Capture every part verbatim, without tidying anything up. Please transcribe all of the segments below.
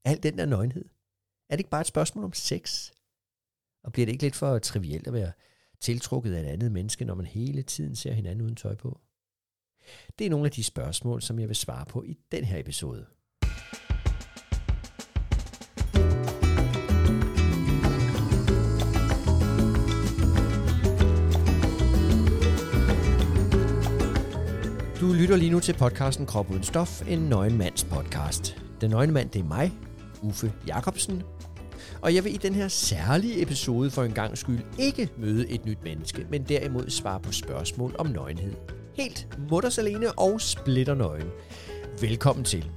Al den der nøgenhed. Er det ikke bare et spørgsmål om sex? Og bliver det ikke lidt for trivielt at være tiltrukket af et andet menneske, når man hele tiden ser hinanden uden tøj på? Det er nogle af de spørgsmål, som jeg vil svare på i den her episode. Du lytter lige nu til podcasten Krop Uden Stof, en nøgen mands podcast. Den nøgne mand, det er mig, Uffe Jacobsen. Og jeg vil i den her særlige episode for en gang skyld ikke møde et nyt menneske, men derimod svare på spørgsmål om nøgenhed. Helt mutters alene og splitter nøgen. Velkommen til.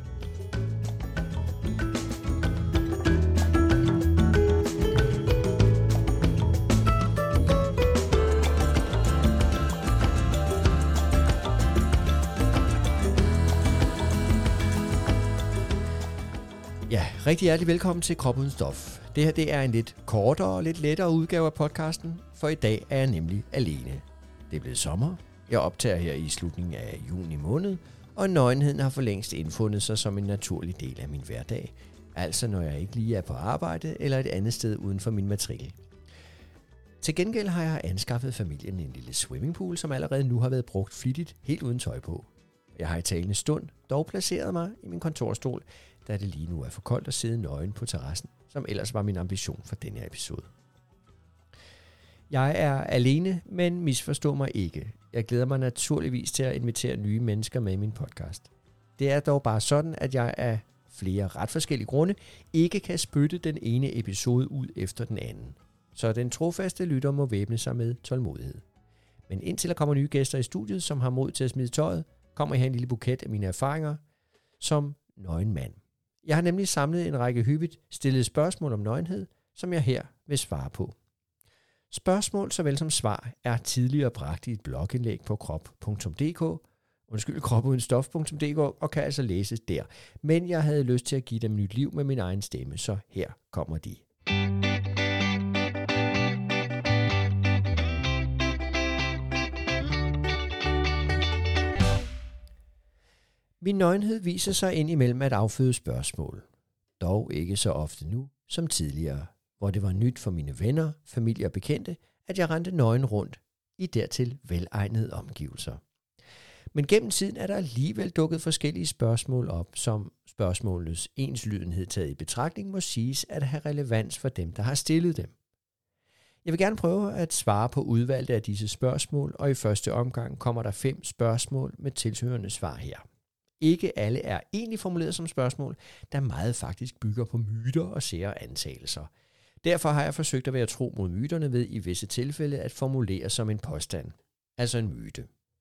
Ja, rigtig hjertelig velkommen til Krop Uden Stof. Det her det er en lidt kortere og lidt lettere udgave af podcasten, for i dag er jeg nemlig alene. Det er blevet sommer. Jeg optager her i slutningen af juni måned, og nøgenheden har for længst indfundet sig som en naturlig del af min hverdag. Altså når jeg ikke lige er på arbejde eller et andet sted uden for min matrikel. Til gengæld har jeg anskaffet familien en lille swimmingpool, som allerede nu har været brugt flittigt, helt uden tøj på. Jeg har i talende stund dog placeret mig i min kontorstol, da det lige nu er for koldt at sidde nøgen på terrassen, som ellers var min ambition for denne episode. Jeg er alene, men misforstå mig ikke. Jeg glæder mig naturligvis til at invitere nye mennesker med i min podcast. Det er dog bare sådan, at jeg af flere ret forskellige grunde ikke kan spytte den ene episode ud efter den anden. Så den trofaste lytter må væbne sig med tålmodighed. Men indtil der kommer nye gæster i studiet, som har mod til at smide tøjet, kommer jeg her en lille buket af mine erfaringer som nøgen mand. Jeg har nemlig samlet en række hyppigt stillede spørgsmål om nøgenhed, som jeg her vil svare på. Spørgsmål såvel som svar er tidligere bragt i et blogindlæg på krop punktum d k, undskyld, krop uden stof punktum d k, og kan altså læses der. Men jeg havde lyst til at give dem nyt liv med min egen stemme, så her kommer de. Min nøgenhed viser sig indimellem at afføde spørgsmål. Dog ikke så ofte nu som tidligere, hvor det var nyt for mine venner, familie og bekendte, at jeg rendte nøgen rundt i dertil velegnede omgivelser. Men gennem tiden er der alligevel dukket forskellige spørgsmål op, som spørgsmålets enslydenhed taget i betragtning må siges at have relevans for dem, der har stillet dem. Jeg vil gerne prøve at svare på udvalgte af disse spørgsmål, og i første omgang kommer der fem spørgsmål med tilhørende svar her. Ikke alle er egentlig formuleret som spørgsmål, da meget faktisk bygger på myter og sære antagelser. Derfor har jeg forsøgt at være tro mod myterne ved i visse tilfælde at formulere som en påstand, altså en myte.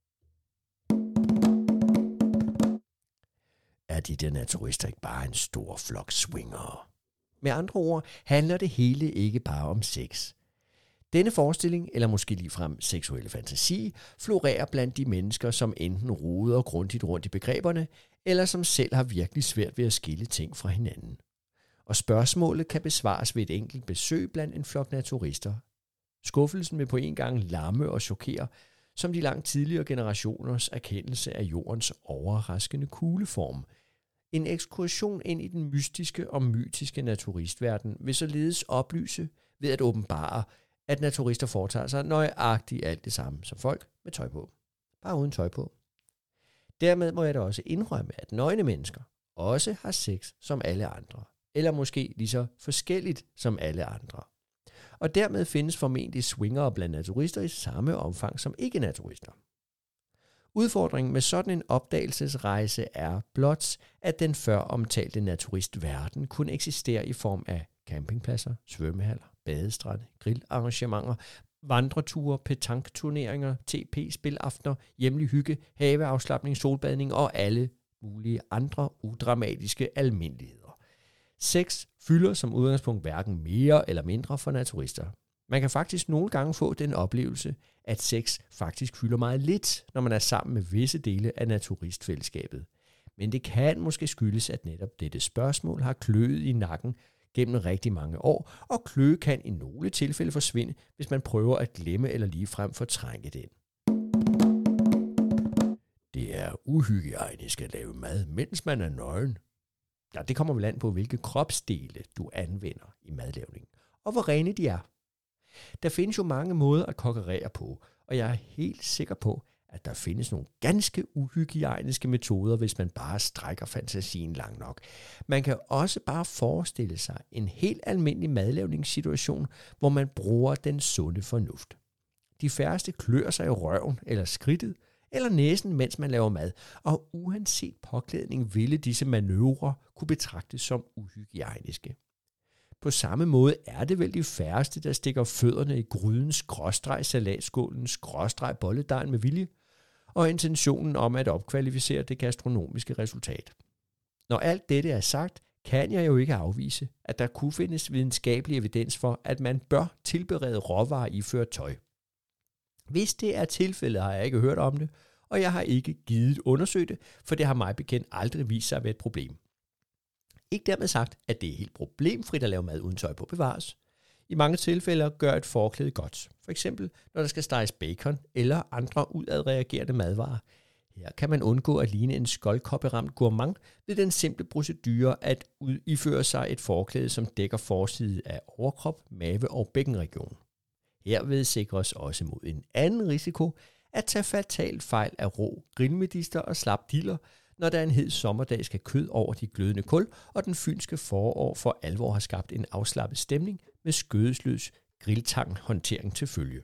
Er de der naturister ikke bare en stor flok swingere? Med andre ord handler det hele ikke bare om sex. Denne forestilling, eller måske ligefrem seksuelle fantasi, florerer blandt de mennesker, som enten roder grundigt rundt i begreberne, eller som selv har virkelig svært ved at skille ting fra hinanden. Og spørgsmålet kan besvares ved et enkelt besøg blandt en flok naturister. Skuffelsen vil på en gang lamme og chokere, som de langt tidligere generationers erkendelse af jordens overraskende kugleform. En ekskursion ind i den mystiske og mytiske naturistverden vil således oplyse ved at åbenbare, at naturister foretager sig nøjagtigt alt det samme som folk med tøj på. Bare uden tøj på. Dermed må jeg da også indrømme, at nøgne mennesker også har sex som alle andre. Eller måske lige så forskelligt som alle andre. Og dermed findes formentlig swingere blandt naturister i samme omfang som ikke-naturister. Udfordringen med sådan en opdagelsesrejse er blot, at den før omtalte naturistverden kun eksisterer i form af campingpladser, svømmehaller, badestrande, grillarrangementer, vandreture, petanketurneringer, T P-spilaftener, hjemlig hygge, haveafslapning, solbadning og alle mulige andre udramatiske almindeligheder. Sex fylder som udgangspunkt hverken mere eller mindre for naturister. Man kan faktisk nogle gange få den oplevelse, at sex faktisk fylder meget lidt, når man er sammen med visse dele af naturistfællesskabet. Men det kan måske skyldes, at netop dette spørgsmål har kløet i nakken gennem rigtig mange år, og kløe kan i nogle tilfælde forsvinde, hvis man prøver at glemme eller ligefrem fortrænge den. Det er uhygiejnisk at lave mad, mens man er nøgen. Ja, det kommer vel an på, hvilke kropsdele du anvender i madlavningen, og hvor rene de er. Der findes jo mange måder at kokkerere på, og jeg er helt sikker på, at der findes nogle ganske uhygiejniske metoder, hvis man bare strækker fantasien langt nok. Man kan også bare forestille sig en helt almindelig madlavningssituation, hvor man bruger den sunde fornuft. De færreste klør sig i røven eller skridtet eller næsen, mens man laver mad, og uanset påklædning ville disse manøvrer kunne betragtes som uhygiejniske. På samme måde er det vel de færreste, der stikker fødderne i gryden, skråstreg salatskålen, skråstreg bolledejen med vilje, og intentionen om at opkvalificere det gastronomiske resultat. Når alt dette er sagt, kan jeg jo ikke afvise, at der kunne findes videnskabelig evidens for, at man bør tilberede råvarer iført tøj. Hvis det er tilfældet, har jeg ikke hørt om det, og jeg har ikke givet undersøge det, for det har mig bekendt aldrig vist sig at være et problem. Ikke dermed sagt, at det er helt problemfrit at lave mad uden tøj på bevares. I mange tilfælde gør et forklæde godt. For eksempel, når der skal steges bacon eller andre udadreagerende madvarer. Her kan man undgå at ligne en skoldkopperamt gourmand ved den simple procedure at iføre sig et forklæde, som dækker forsiden af overkrop, mave og bækkenregion. Herved sikres også mod en anden risiko at tage fatalt fejl af rå grillmedister og slap diller, når der en hed sommerdag skal kød over de glødende kul, og den fynske forår for alvor har skabt en afslappet stemning med skødesløs grilltanghåndtering til følge.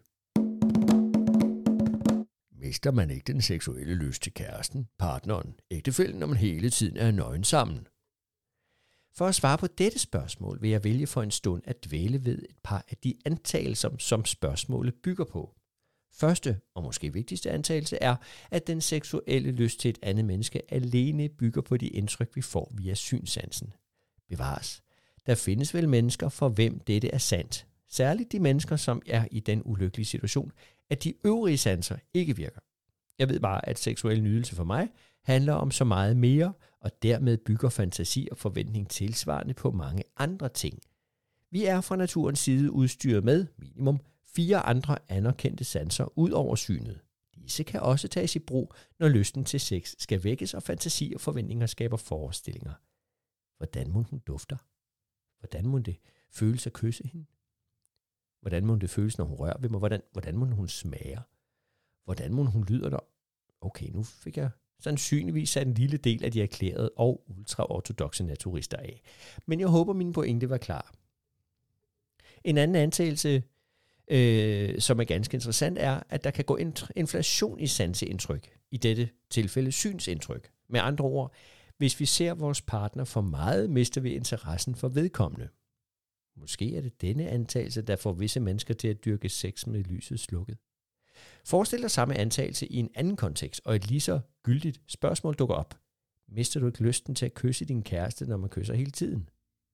Mister man ikke den seksuelle lyst til kæresten, partneren, ægtefællen, når man hele tiden er nøgen sammen? For at svare på dette spørgsmål vil jeg vælge for en stund at dvæle ved et par af de antagelser, som spørgsmålet bygger på. Første og måske vigtigste antagelse er, at den seksuelle lyst til et andet menneske alene bygger på de indtryk, vi får via synssansen. Bevares. Der findes vel mennesker, for hvem dette er sandt. Særligt de mennesker, som er i den ulykkelige situation, at de øvrige sanser ikke virker. Jeg ved bare, at seksuel nydelse for mig handler om så meget mere, og dermed bygger fantasi og forventning tilsvarende på mange andre ting. Vi er fra naturens side udstyret med minimum fire andre anerkendte sanser ud over synet. Disse kan også tages i brug, når lysten til sex skal vækkes, og fantasi og forventninger skaber forestillinger. Hvordan må hun dufter? Hvordan må det føles at kysse hende? Hvordan må det føles, når hun rører ved mig? Hvordan, hvordan må hun smager? Hvordan må hun lyder der? Okay, nu fik jeg sandsynligvis sat en lille del af de erklærede og ultraortodoxe naturister af. Men jeg håber, min pointe var klar. En anden antagelse, øh, som er ganske interessant, er, at der kan gå inflation i sanseindtryk. I dette tilfælde synsindtryk. Med andre ord, hvis vi ser vores partner for meget, mister vi interessen for vedkommende. Måske er det denne antagelse, der får visse mennesker til at dyrke sex med lyset slukket. Forestil dig samme antagelse i en anden kontekst, og et lige så gyldigt spørgsmål dukker op. Mister du ikke lysten til at kysse din kæreste, når man kysser hele tiden?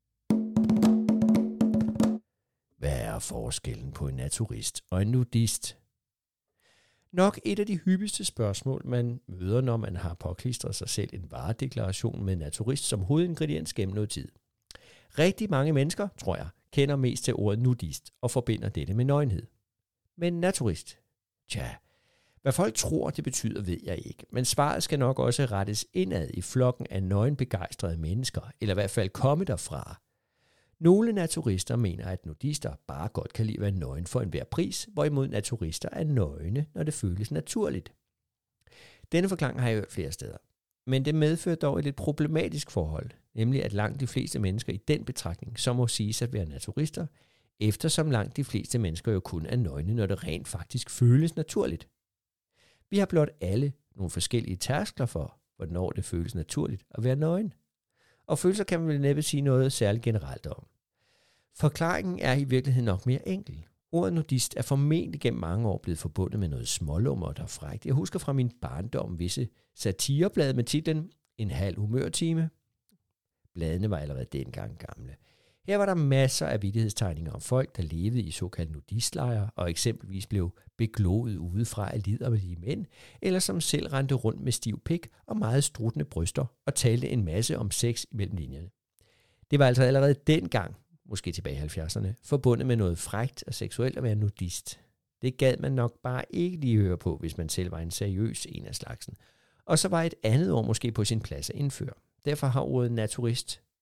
Hvad er forskellen på en naturist og en nudist? Nok et af de hyppigste spørgsmål, man møder, når man har påklistret sig selv en varedeklaration med naturist som hovedingrediens gennem noget tid. Rigtig mange mennesker, tror jeg, kender mest til ordet nudist og forbinder dette med nøgenhed. Men naturist? Tja, hvad folk tror, det betyder, ved jeg ikke. Men svaret skal nok også rettes indad i flokken af nøgenbegejstrede mennesker, eller i hvert fald komme derfra. Nogle naturister mener, at nudister bare godt kan lide at være nøgen for enhver pris, hvorimod naturister er nøgne, når det føles naturligt. Denne forklaring har jeg hørt flere steder. Men det medfører dog et lidt problematisk forhold, nemlig at langt de fleste mennesker i den betragtning, så må siges at være naturister, eftersom langt de fleste mennesker jo kun er nøgne, når det rent faktisk føles naturligt. Vi har blot alle nogle forskellige tærskler for, hvornår det føles naturligt at være nøgen. Og følelser kan man vel næppe sige noget særligt generelt om. Forklaringen er i virkeligheden nok mere enkel. Ordet nudist er formentlig gennem mange år blevet forbundet med noget smålummert og frækt. Jeg husker fra min barndom visse satireblade med titlen En halv humørtime. Bladene var allerede dengang gamle. Her var der masser af vittighedstegninger om folk, der levede i såkaldte nudistlejre og eksempelvis blev begloet udefra af liderlige mænd, eller som selv rendte rundt med stiv pik og meget struttende bryster og talte en masse om sex imellem linjerne. Det var altså allerede dengang, måske tilbage i halvfjerdserne, forbundet med noget frækt og seksuelt at være nudist. Det gad man nok bare ikke lige høre på, hvis man selv var en seriøs en af slagsen. Og så var et andet ord måske på sin plads at indføre. Derfor har ordet naturist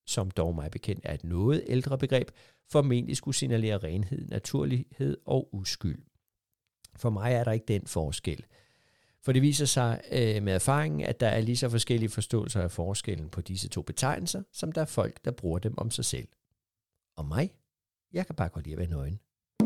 som dog mig bekendt er et noget ældre begreb, formentlig skulle signalere renhed, naturlighed og uskyld. For mig er der ikke den forskel. For det viser sig øh, med erfaringen, at der er lige så forskellige forståelser af forskellen på disse to betegnelser, som der er folk, der bruger dem om sig selv. Og mig? Jeg kan bare godt lide at være nøgen.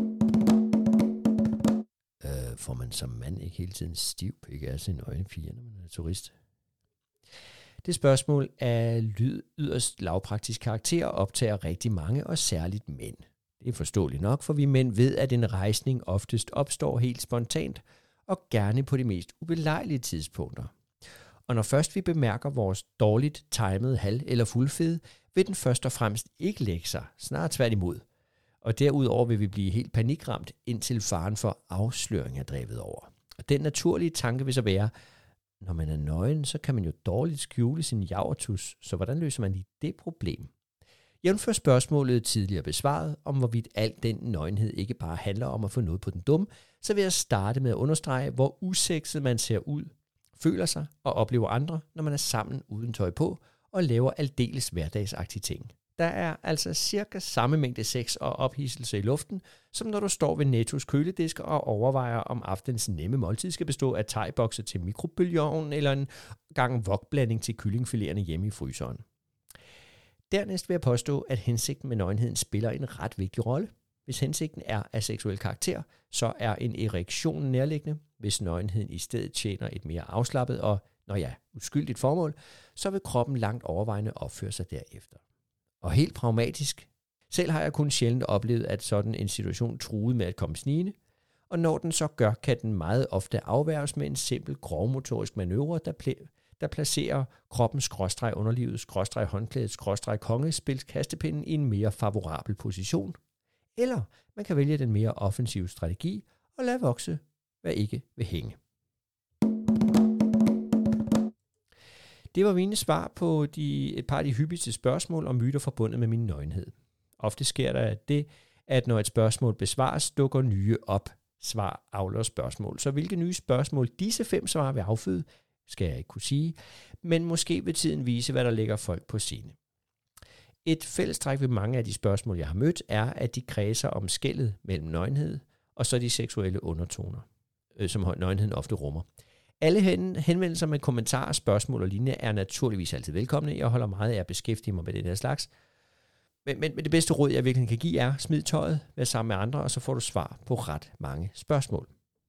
Øh, får man som mand ikke hele tiden stiv pik af sin nøgne piger, når man er turist? Det spørgsmål er lyd yderst lavpraktisk karakter og optager rigtig mange, og særligt mænd. Det er forståeligt nok, for vi mænd ved, at en rejsning oftest opstår helt spontant, og gerne på de mest ubelejlige tidspunkter. Og når først vi bemærker vores dårligt timede halv- eller fuldfede, vil den først og fremmest ikke lægge sig, snarere tværtimod. Og derudover vil vi blive helt panikramt, indtil faren for afsløring er drevet over. Og den naturlige tanke vil så være, når man er nøgen, så kan man jo dårligt skjule sin javertus, så hvordan løser man lige det problem? Jævnfør spørgsmålet tidligere besvaret, om hvorvidt al den nøgenhed ikke bare handler om at få noget på den dumme, så vil jeg starte med at understrege, hvor usekset man ser ud, føler sig og oplever andre, når man er sammen uden tøj på og laver aldeles hverdagsagtige ting. Der er altså cirka samme mængde sex og ophidselse i luften, som når du står ved Nettos køledisk og overvejer, om aftens nemme måltid skal bestå af thai-bokse til mikrobølgeovnen eller en gang wokblanding til kyllingfiléerne hjemme i fryseren. Dernæst vil jeg påstå, at hensigten med nøgenheden spiller en ret vigtig rolle. Hvis hensigten er af seksuel karakter, så er en erektion nærliggende. Hvis nøgenheden i stedet tjener et mere afslappet og, når ja, uskyldigt formål, så vil kroppen langt overvejende opføre sig derefter. Og helt pragmatisk. Selv har jeg kun sjældent oplevet, at sådan en situation truede med at komme snigende, og når den så gør, kan den meget ofte afværges med en simpel grovmotorisk manøvre, der, pl- der placerer kroppens skråstreg underlivet, skråstreg håndklædet, skråstreg kongespils kastepinden i en mere favorabel position. Eller man kan vælge den mere offensive strategi og lade vokse, hvad ikke vil hænge. Det var mine svar på de, et par af de hyppigste spørgsmål og myter forbundet med min nøgenhed. Ofte sker der det, at når et spørgsmål besvares, dukker nye op, svar, avler spørgsmål. Så hvilke nye spørgsmål disse fem svar vil afføde, skal jeg ikke kunne sige, men måske vil tiden vise, hvad der ligger folk på sinde. Et fællestræk ved mange af de spørgsmål, jeg har mødt, er, at de kredser om skellet mellem nøgenhed og så de seksuelle undertoner, øh, som nøgenheden ofte rummer. Alle henvendelser med kommentarer, spørgsmål og lignende er naturligvis altid velkomne. Jeg holder meget af at beskæftige mig med det der slags. Men, men, men det bedste råd, jeg virkelig kan give, er smid tøjet, vær sammen med andre, og så får du svar på ret mange spørgsmål.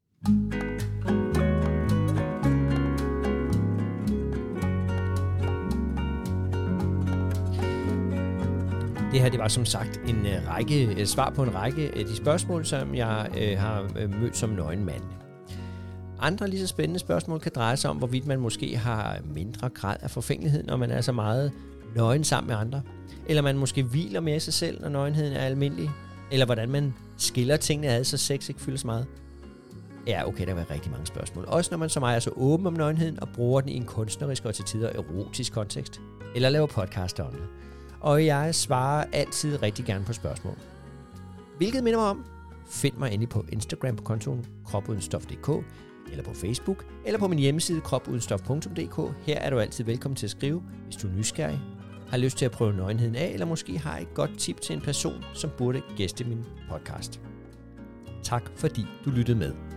Det her det var som sagt en række, et svar på en række af de spørgsmål, som jeg øh, har mødt som nøgen mand. Andre lige så spændende spørgsmål kan dreje sig om, hvorvidt man måske har mindre grad af forfængelighed, når man er så meget nøgen sammen med andre. Eller man måske hviler mere i sig selv, når nøgenheden er almindelig. Eller hvordan man skiller tingene ad, så sex ikke fylder så meget. Ja, okay, der var rigtig mange spørgsmål. Også når man som mig er så åben om nøgenheden og bruger den i en kunstnerisk og til tider erotisk kontekst. Eller laver podcaster om det. Og jeg svarer altid rigtig gerne på spørgsmål. Hvilket minder mig om, find mig endelig på Instagram på kontoen kropudenstof punktum d k, eller på Facebook, eller på min hjemmeside kropudenstof punktum d k. Her er du altid velkommen til at skrive, hvis du er nysgerrig, har lyst til at prøve nøgenheden af, eller måske har et godt tip til en person, som burde gæste min podcast. Tak fordi du lyttede med.